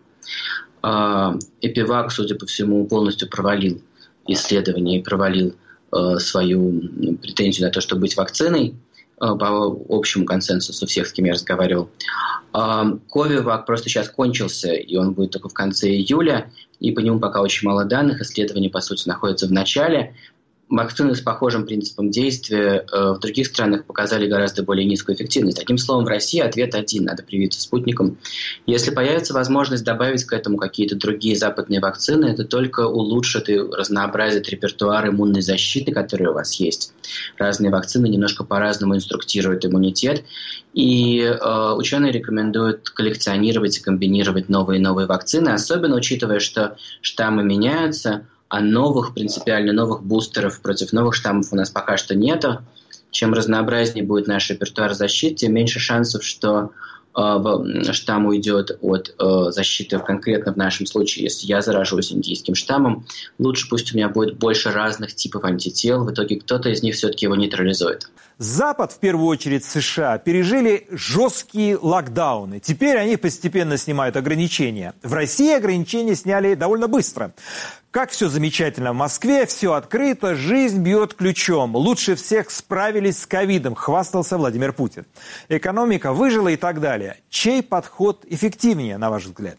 Эпивак, судя по всему, полностью провалил исследование и провалил э, свою претензию на то, чтобы быть вакциной. по общему консенсусу всех, с кем я разговаривал. Ковивак просто сейчас кончился, и он будет только в конце июля, и по нему пока очень мало данных, исследования, по сути, находятся в начале. Вакцины с похожим принципом действия э, в других странах показали гораздо более низкую эффективность. Одним словом, в России ответ один – надо привиться спутником. Если появится возможность добавить к этому какие-то другие западные вакцины, это только улучшит и разнообразит репертуар иммунной защиты, который у вас есть. Разные вакцины немножко по-разному инструктируют иммунитет, и э, ученые рекомендуют коллекционировать и комбинировать новые и новые вакцины, особенно учитывая, что штаммы меняются, а новых, принципиально новых бустеров против новых штаммов у нас пока что нету. Чем разнообразнее будет наш репертуар защиты, тем меньше шансов, что э, штамм уйдет от э, защиты. Конкретно в нашем случае, если я заражусь индийским штаммом, лучше пусть у меня будет больше разных типов антител. В итоге кто-то из них все-таки его нейтрализует. Запад, в первую очередь США, пережили жесткие локдауны. Теперь они постепенно снимают ограничения. В России ограничения сняли довольно быстро. Как все замечательно в Москве, все открыто, жизнь бьет ключом. Лучше всех справились с ковидом, хвастался Владимир Путин. Экономика выжила и так далее. Чей подход эффективнее, на ваш взгляд?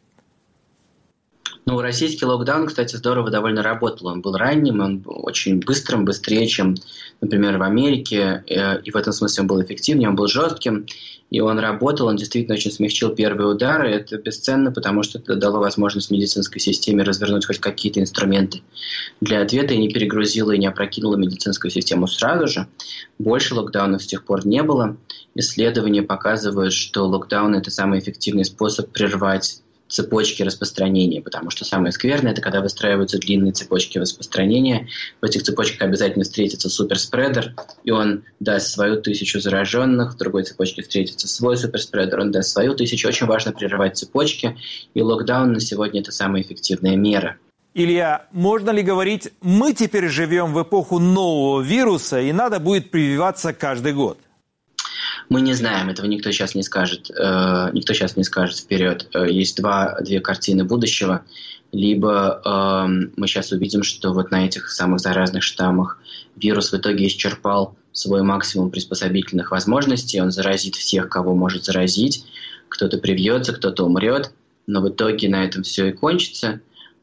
Ну, российский локдаун, кстати, здорово довольно работал. Он был ранним, он был очень быстрым, быстрее, чем, например, в Америке. И в этом смысле он был эффективнее, он был жестким. И он работал, он действительно очень смягчил первые удары. Это бесценно, потому что это дало возможность медицинской системе развернуть хоть какие-то инструменты для ответа и не перегрузило и не опрокинуло медицинскую систему сразу же. Больше локдаунов с тех пор не было. Исследования показывают, что локдаун – это самый эффективный способ прервать цепочки распространения, потому что самое скверное – это когда выстраиваются длинные цепочки распространения. В этих цепочках обязательно встретится суперспредер, и он даст свою тысячу зараженных, в другой цепочке встретится свой суперспредер, он даст свою тысячу. Очень важно прерывать цепочки, и локдаун на сегодня – это самая эффективная мера. Илья, можно ли говорить, мы теперь живем в эпоху нового вируса, и надо будет прививаться каждый год? Мы не знаем, этого никто сейчас не скажет, э, никто сейчас не скажет вперед. Э, есть два, две картины будущего. Либо э, мы сейчас увидим, что вот на этих самых заразных штаммах вирус в итоге исчерпал свой максимум приспособительных возможностей, он заразит всех, кого может заразить, кто-то привьется, кто-то умрет, но в итоге на этом все и кончится.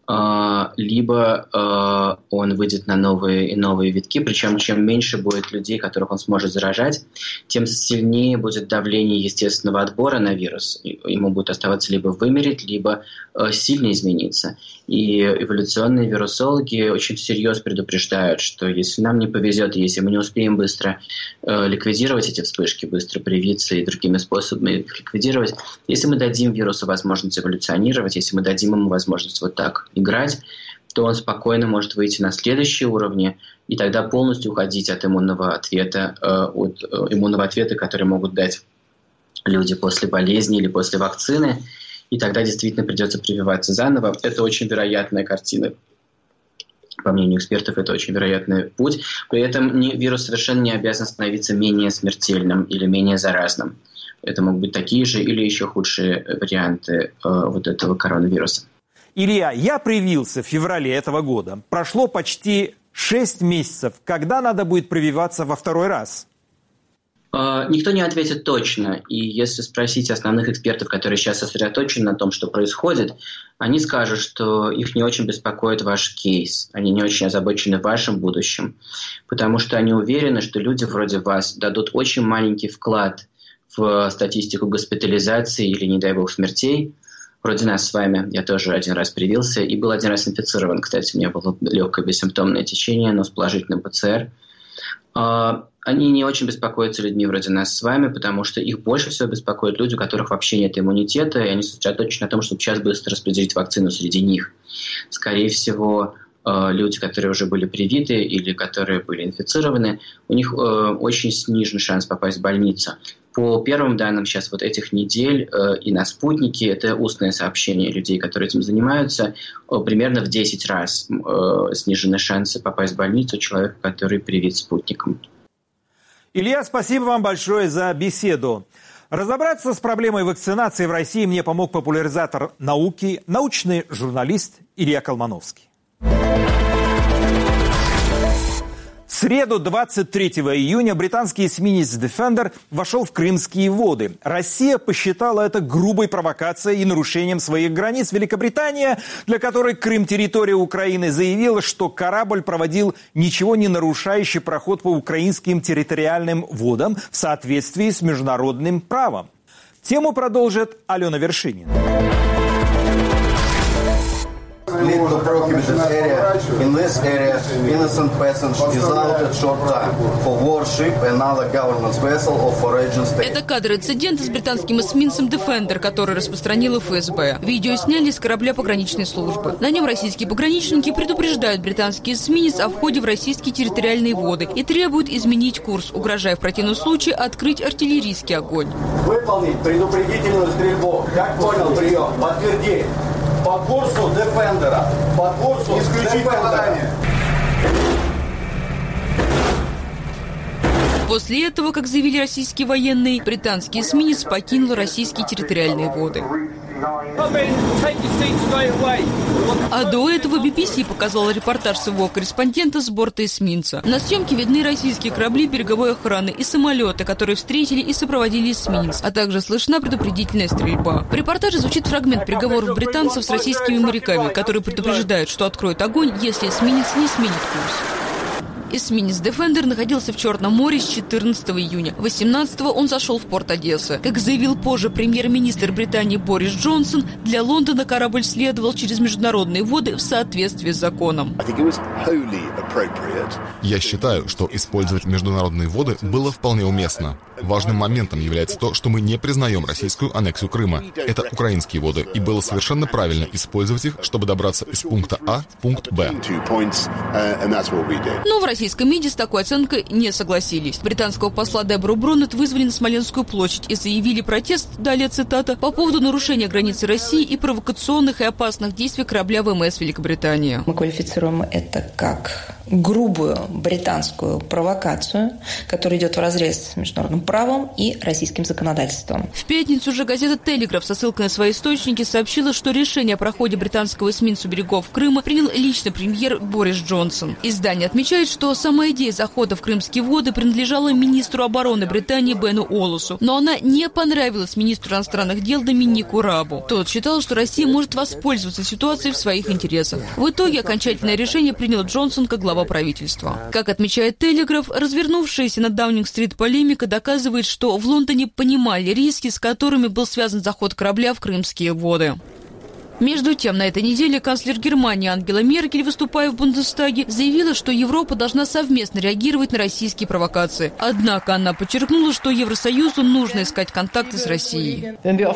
Либо он выйдет на новые и новые витки, причем чем меньше будет людей, которых он сможет заражать, тем сильнее будет давление естественного отбора на вирус. Ему будет оставаться либо вымереть, либо сильно измениться. И эволюционные вирусологи очень всерьез предупреждают, что если нам не повезет, если мы не успеем быстро ликвидировать эти вспышки, быстро привиться и другими способами их ликвидировать, если мы дадим вирусу возможность эволюционировать, если мы дадим ему возможность вот так играть, то он спокойно может выйти на следующие уровни и тогда полностью уходить от иммунного ответа, э, от э, иммунного ответа, который могут дать люди после болезни или после вакцины, и тогда действительно придется прививаться заново. Это очень вероятная картина. По мнению экспертов, это очень вероятный путь. При этом не, вирус совершенно не обязан становиться менее смертельным или менее заразным. Это могут быть такие же или еще худшие варианты э, вот этого коронавируса. Илья, я привился в феврале этого года. Прошло почти шесть месяцев. Когда надо будет прививаться во второй раз? Никто не ответит точно. И если спросить основных экспертов, которые сейчас сосредоточены на том, что происходит, они скажут, что их не очень беспокоит ваш кейс. Они не очень озабочены вашим будущим. Потому что они уверены, что люди вроде вас дадут очень маленький вклад в статистику госпитализации или, не дай бог, смертей. Вроде нас с вами, я тоже один раз привился и был один раз инфицирован. Кстати, у меня было легкое бессимптомное течение, но с положительным ПЦР. Они не очень беспокоятся людьми вроде нас с вами, потому что их больше всего беспокоят люди, у которых вообще нет иммунитета, и они сосредоточены на том, чтобы сейчас быстро распределить вакцину среди них. Скорее всего, люди, которые уже были привиты или которые были инфицированы, у них очень снижен шанс попасть в больницу. По первым данным сейчас вот этих недель э, и на спутнике, это устное сообщение людей, которые этим занимаются, э, примерно в десять раз э, снижены шансы попасть в больницу человека, который привит спутником. Илья, спасибо вам большое за беседу. Разобраться с проблемой вакцинации в России мне помог популяризатор науки, научный журналист Илья Колмановский. В среду, двадцать третьего июня, британский эсминец «Дефендер» вошел в крымские воды. Россия посчитала это грубой провокацией и нарушением своих границ. Великобритания, для которой Крым – территория Украины, заявила, что корабль проводил ничего не нарушающий проход по украинским территориальным водам в соответствии с международным правом. Тему продолжит Алена Вершинина. Lead to prohibited area. In this area, innocent peasants is out at short time for warship and other government's vessel of foreign state. Это кадры инцидента с британским эсминцем «Дефендер», который распространила эф эс бэ. Видео сняли с корабля пограничной службы. На нем российские пограничники предупреждают британский эсминец о входе в российские территориальные воды и требуют изменить курс, угрожая в противном случае открыть артиллерийский огонь. Выполнить предупредительную стрельбу. Как понял прием? Подтверди. По курсу «Дефендера». По курсу «Дефендера». После этого, как заявили российские военные, британский эсминец покинул российские территориальные воды. А до этого би би си показала репортаж своего корреспондента с борта эсминца. На съемке видны российские корабли береговой охраны и самолеты, которые встретили и сопроводили эсминец, а также слышна предупредительная стрельба. В репортаже звучит фрагмент переговоров британцев с российскими моряками, которые предупреждают, что откроют огонь, если эсминец не сменит курс. Эсминец «Дефендер» находился в Черном море с четырнадцатого июня. восемнадцатого он зашел в порт Одессы. Как заявил позже премьер-министр Британии Борис Джонсон, для Лондона корабль следовал через международные воды в соответствии с законом. Я считаю, что использовать международные воды было вполне уместно. Важным моментом является то, что мы не признаем российскую аннексию Крыма. Это украинские воды, и было совершенно правильно использовать их, чтобы добраться из пункта А в пункт Б. Но в российском МИДе с такой оценкой не согласились. Британского посла Дебору Броннет вызвали на Смоленскую площадь и заявили протест, далее цитата, по поводу нарушения границы России и провокационных и опасных действий корабля вэ эм эс Великобритания. Мы квалифицируем это как грубую британскую провокацию, которая идет вразрез с международным правом и российским законодательством. В пятницу же газета «Телеграф» со ссылкой на свои источники сообщила, что решение о проходе британского эсминца у берегов Крыма принял лично премьер Борис Джонсон. Издание отмечает, что сама идея захода в крымские воды принадлежала министру обороны Британии Бену Олусу, но она не понравилась министру иностранных дел Доминику Рабу. Тот считал, что Россия может воспользоваться ситуацией в своих интересах. В итоге окончательное решение принял Джонсон как глава правительства. Как отмечает «Телеграф», развернувшаяся на Даунинг-стрит полемика доказывает, что в Лондоне понимали риски, с которыми был связан заход корабля в крымские воды. Между тем, на этой неделе канцлер Германии Ангела Меркель, выступая в Бундестаге, заявила, что Европа должна совместно реагировать на российские провокации. Однако она подчеркнула, что Евросоюзу нужно искать контакты с Россией.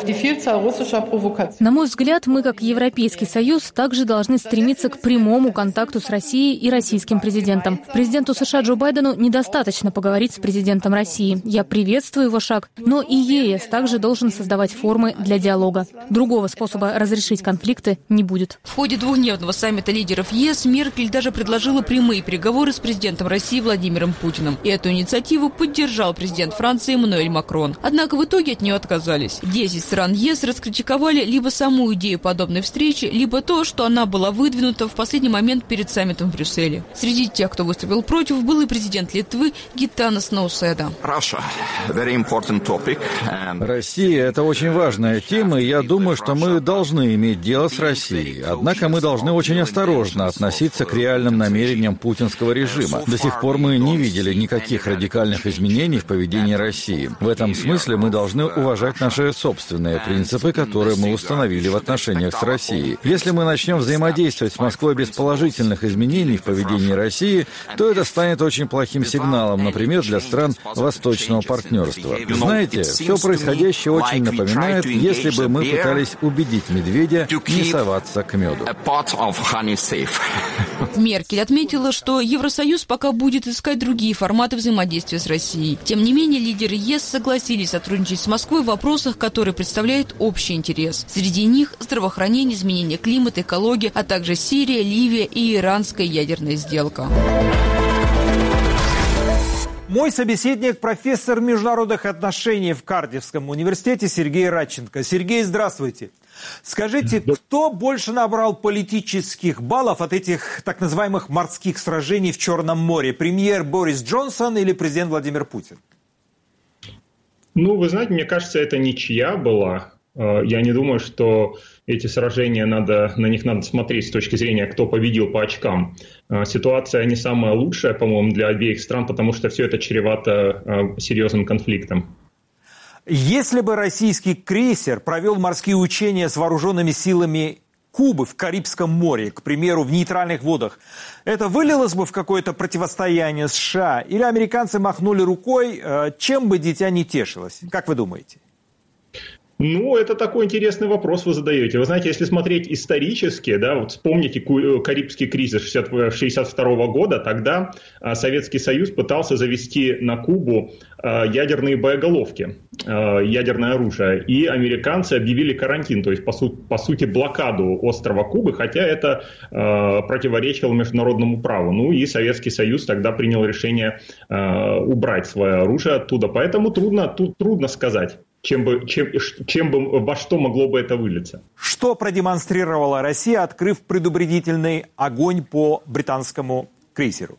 На мой взгляд, мы, как Европейский Союз, также должны стремиться к прямому контакту с Россией и российским президентом. Президенту США Джо Байдену недостаточно поговорить с президентом России. Я приветствую его шаг, но и ЕС также должен создавать формы для диалога. Другого способа разрешить конфликты не будет. В ходе двухдневного саммита лидеров ЕС Меркель даже предложила прямые переговоры с президентом России Владимиром Путиным. И эту инициативу поддержал президент Франции Эммануэль Макрон. Однако в итоге от нее отказались. Десять стран ЕС раскритиковали либо саму идею подобной встречи, либо то, что она была выдвинута в последний момент перед саммитом в Брюсселе. Среди тех, кто выступил против, был и президент Литвы Гитанас Науседа. Россия – это очень важная тема, и я думаю, что мы должны иметь дело с Россией. Однако мы должны очень осторожно относиться к реальным намерениям путинского режима. До сих пор мы не видели никаких радикальных изменений в поведении России. В этом смысле мы должны уважать наши собственные принципы, которые мы установили в отношениях с Россией. Если мы начнем взаимодействовать с Москвой без положительных изменений в поведении России, то это станет очень плохим сигналом, например, для стран Восточного партнерства. Знаете, все происходящее очень напоминает, если бы мы пытались убедить медведя не соваться к меду. Меркель отметила, что Евросоюз пока будет искать другие форматы взаимодействия с Россией. Тем не менее, лидеры ЕС согласились сотрудничать с Москвой в вопросах, которые представляют общий интерес. Среди них здравоохранение, изменение климата, экология, а также Сирия, Ливия и иранская ядерная сделка. Мой собеседник – профессор международных отношений в Кардифском университете Сергей Радченко. Сергей, здравствуйте. Скажите, кто больше набрал политических баллов от этих так называемых морских сражений в Черном море? Премьер Борис Джонсон или президент Владимир Путин? Ну, вы знаете, мне кажется, это ничья была. Я не думаю, что эти сражения, надо, на них надо смотреть с точки зрения, кто победил по очкам. Ситуация не самая лучшая, по-моему, для обеих стран, потому что все это чревато серьезным конфликтом. Если бы российский крейсер провел морские учения с вооруженными силами Кубы в Карибском море, к примеру, в нейтральных водах, это вылилось бы в какое-то противостояние США? Или американцы махнули рукой, чем бы дитя не тешилось? Как вы думаете? Ну, это такой интересный вопрос вы задаете. Вы знаете, если смотреть исторически, да, вот вспомните Карибский кризис шестьдесят второго года, тогда Советский Союз пытался завести на Кубу ядерные боеголовки, ядерное оружие, и американцы объявили карантин, то есть, по, су- по сути, блокаду острова Кубы, хотя это э, противоречило международному праву. Ну и Советский Союз тогда принял решение э, убрать свое оружие оттуда, поэтому трудно, тут трудно сказать. Чем бы, чем, чем бы, во что могло бы это вылиться? Что продемонстрировала Россия, открыв предупредительный огонь по британскому крейсеру?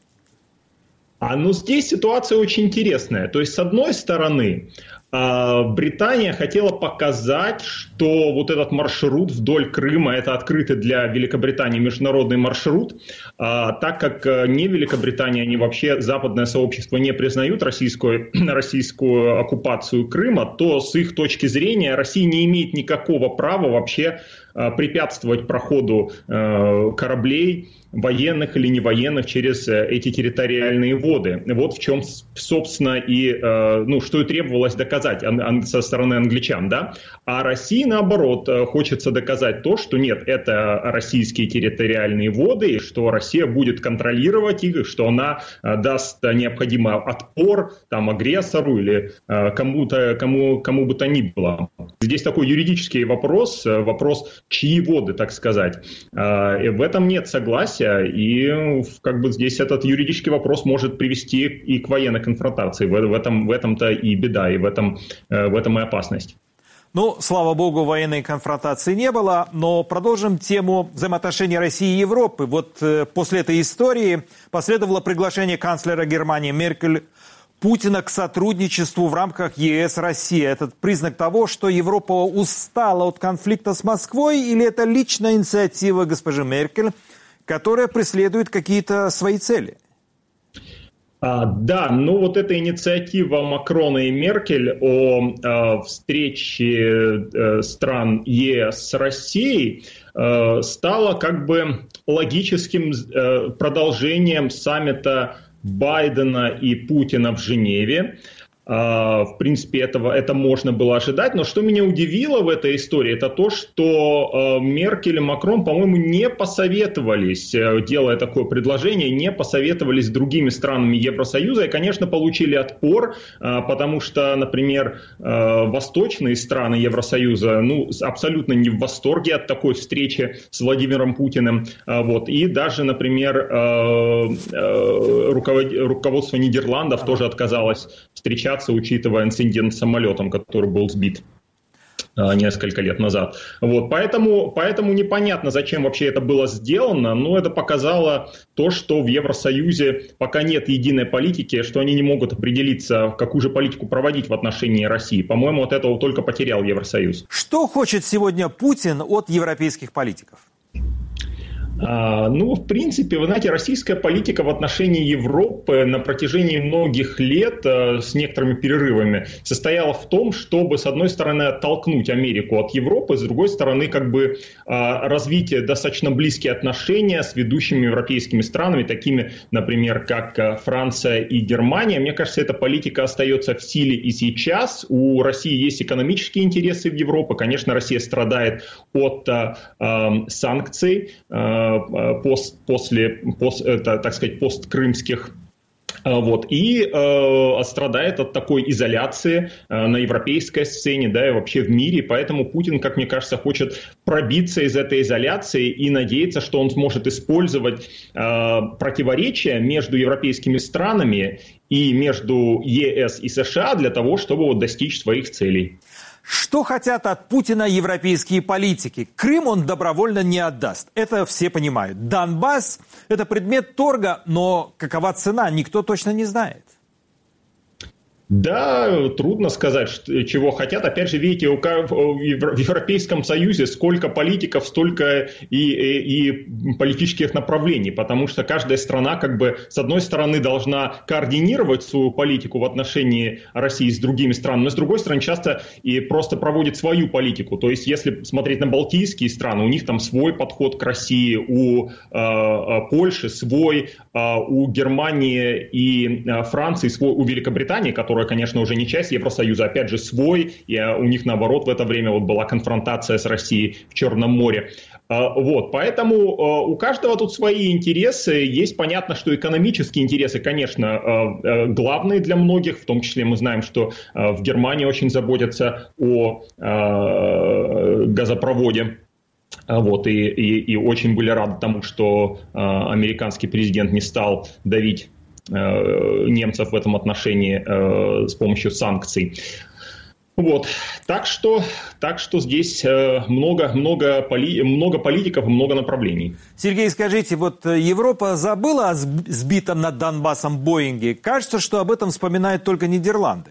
А ну здесь ситуация очень интересная. То есть, с одной стороны, Британия хотела показать, что вот этот маршрут вдоль Крыма – это открытый для Великобритании международный маршрут, так как не Великобритания, они вообще, западное сообщество, не признают российскую, российскую оккупацию Крыма, то с их точки зрения Россия не имеет никакого права вообще препятствовать проходу кораблей, военных или невоенных, через эти территориальные воды. Вот в чем, собственно, и, ну, что и требовалось доказать со стороны англичан, да? А России, наоборот, хочется доказать то, что нет, это российские территориальные воды, и что Россия будет контролировать их, что она даст необходимый отпор там агрессору или кому-то, кому, кому бы то ни было. Здесь такой юридический вопрос, вопрос, чьи воды, так сказать. И в этом нет согласия. И как бы здесь этот юридический вопрос может привести и к военной конфронтации. В, в, этом, в этом-то и беда, и в этом, в этом и опасность. Ну, слава богу, военной конфронтации не было, но продолжим тему взаимоотношений России и Европы. Вот э, после этой истории последовало приглашение канцлера Германии Меркель Путина к сотрудничеству в рамках ЕС Россия. Это признак того, что Европа устала от конфликта с Москвой, или это личная инициатива госпожи Меркель, которая преследует какие-то свои цели? А, да, ну вот эта инициатива Макрона и Меркель о а, встрече а, стран ЕС с Россией а, стала как бы логическим а, продолжением саммита Байдена и Путина в Женеве. В принципе, этого, это можно было ожидать. Но что меня удивило в этой истории, это то, что Меркель и Макрон, по-моему, не посоветовались, делая такое предложение, не посоветовались с другими странами Евросоюза. И, конечно, получили отпор, потому что, например, восточные страны Евросоюза ну, абсолютно не в восторге от такой встречи с Владимиром Путиным. Вот. И даже, например, руководство Нидерландов тоже отказалось встречаться, учитывая инцидент с самолетом, который был сбит а, несколько лет назад. Вот, поэтому, поэтому непонятно, зачем вообще это было сделано, но это показало то, что в Евросоюзе пока нет единой политики, что они не могут определиться, какую же политику проводить в отношении России. По-моему, от этого только потерял Евросоюз. Что хочет сегодня Путин от европейских политиков? Ну, в принципе, вы знаете, российская политика в отношении Европы на протяжении многих лет с некоторыми перерывами состояла в том, чтобы, с одной стороны, оттолкнуть Америку от Европы, с другой стороны, как бы развить достаточно близкие отношения с ведущими европейскими странами, такими, например, как Франция и Германия. Мне кажется, эта политика остается в силе и сейчас. У России есть экономические интересы в Европе. Конечно, Россия страдает от э, санкций, Пост, после, пост, это, так сказать, посткрымских Вот, и э, страдает от такой изоляции э, на европейской сцене, да, и вообще в мире. Поэтому Путин, как мне кажется, хочет пробиться из этой изоляции и надеяться, что он сможет использовать э, противоречия между европейскими странами и между ЕС и США для того, чтобы вот, достичь своих целей. Что хотят от Путина европейские политики? Крым он добровольно не отдаст. Это все понимают. Донбасс – это предмет торга, но какова цена, никто точно не знает. Да, трудно сказать, чего хотят. Опять же, видите, в Европейском Союзе сколько политиков, столько и, и, и политических направлений, потому что каждая страна, как бы, с одной стороны, должна координировать свою политику в отношении России с другими странами, но с другой стороны, часто и просто проводит свою политику. То есть, если смотреть на балтийские страны, у них там свой подход к России, у э, Польши свой, э, у Германии и э, Франции свой, у Великобритании, которая, конечно, уже не часть Евросоюза, опять же, свой, и у них, наоборот, в это время вот была конфронтация с Россией в Черном море. Вот, поэтому у каждого тут свои интересы. Есть понятно, что экономические интересы, конечно, главные для многих, в том числе мы знаем, что в Германии очень заботятся о газопроводе. Вот, и, и, и очень были рады тому, что американский президент не стал давить немцев в этом отношении э, с помощью санкций. Вот. Так что, так что здесь э, много, много, поли, много политиков и много направлений. Сергей, скажите, вот Европа забыла о сбитом над Донбассом Боинге? Кажется, что об этом вспоминают только Нидерланды.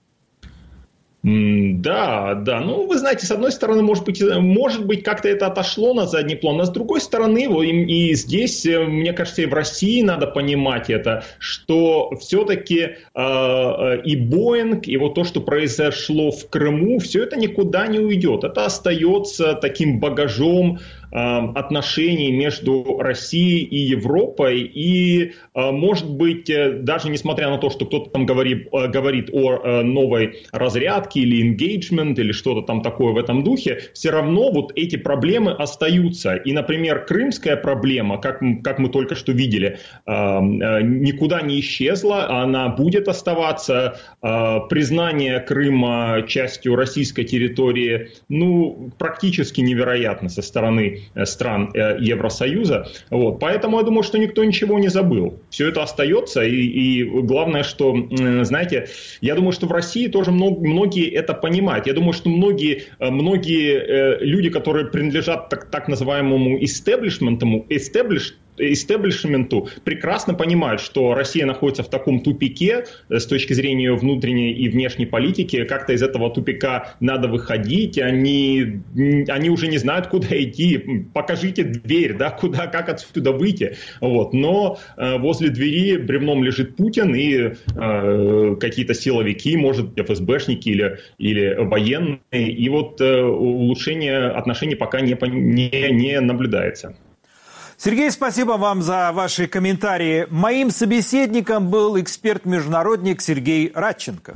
Да, да. Ну, вы знаете, с одной стороны, может быть, может быть, как-то это отошло на задний план, а с другой стороны, и, и здесь, мне кажется, и в России надо понимать это, что все-таки э, и Боинг, и вот то, что произошло в Крыму, все это никуда не уйдет. Это остается таким багажом отношений между Россией и Европой, и, может быть, даже несмотря на то, что кто-то там говорит, говорит о новой разрядке или engagement, или что-то там такое в этом духе, все равно вот эти проблемы остаются. И, например, крымская проблема, как, как мы только что видели, никуда не исчезла, она будет оставаться. Признание Крыма частью российской территории, ну, практически невероятно со стороны стран Евросоюза. Вот. Поэтому я думаю, что никто ничего не забыл. Все это остается. И, и главное, что, знаете, я думаю, что в России тоже много, многие это понимают. Я думаю, что многие, многие люди, которые принадлежат так, так называемому истеблишменту, истеблиш, истеблишменту, прекрасно понимают, что Россия находится в таком тупике с точки зрения ее внутренней и внешней политики. Как-то из этого тупика надо выходить. Они, они уже не знают, куда идти. Покажите дверь, да, куда, как отсюда выйти. Вот. Но э, возле двери бревном лежит Путин и э, какие-то силовики, может, эф эс бэшники или, или военные. И вот э, улучшение отношений пока не, не, не наблюдается. Сергей, спасибо вам за ваши комментарии. Моим собеседником был эксперт-международник Сергей Радченко.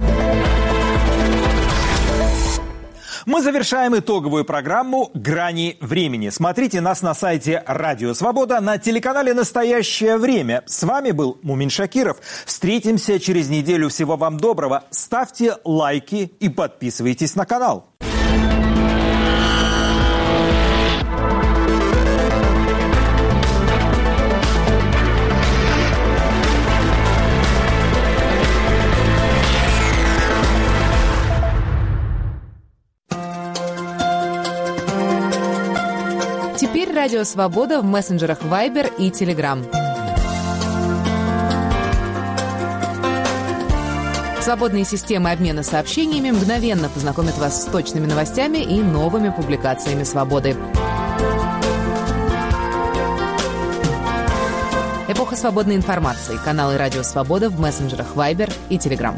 Мы завершаем итоговую программу «Грани времени». Смотрите нас на сайте «Радио Свобода», на телеканале «Настоящее время». С вами был Мумин Шакиров. Встретимся через неделю. Всего вам доброго. Ставьте лайки и подписывайтесь на канал. Теперь Радио Свобода в мессенджерах Viber и Telegram. Свободные системы обмена сообщениями мгновенно познакомят вас с точными новостями и новыми публикациями «Свободы». Эпоха свободной информации. Каналы Радио Свобода в мессенджерах Viber и Telegram.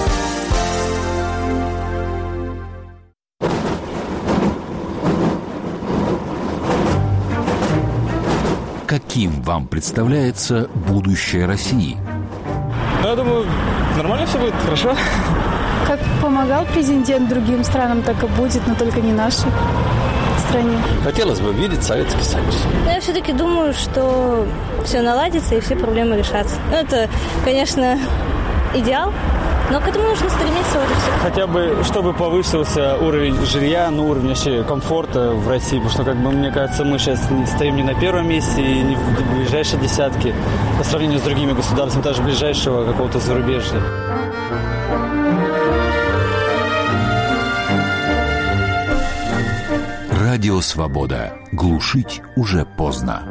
Каким вам представляется будущее России? Ну, я думаю, нормально все будет, хорошо. Как помогал президент другим странам, так и будет, но только не нашей стране. Хотелось бы видеть Советский Союз. Но я все-таки думаю, что все наладится и все проблемы решатся. Ну, это, конечно, идеал, но к этому нужно стремиться уже все. Хотя бы, чтобы повысился уровень жилья, ну, уровень вообще комфорта в России, потому что, как бы, мне кажется, мы сейчас не стоим не на первом месте и не в ближайшей десятке по сравнению с другими государствами, даже ближайшего какого-то зарубежья. Радио «Свобода». Глушить уже поздно.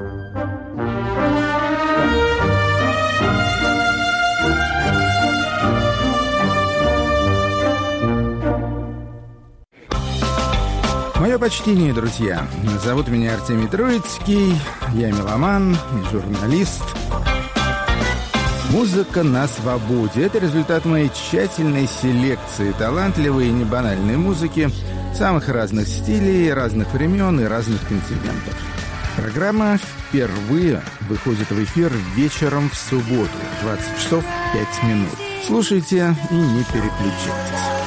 Мое почтение, друзья. Зовут меня Артемий Троицкий, я меломан и журналист. Музыка на свободе – это результат моей тщательной селекции талантливой и небанальной музыки самых разных стилей, разных времен и разных континентов. Программа впервые выходит в эфир вечером в субботу, двадцать часов пять минут. Слушайте и не переключайтесь.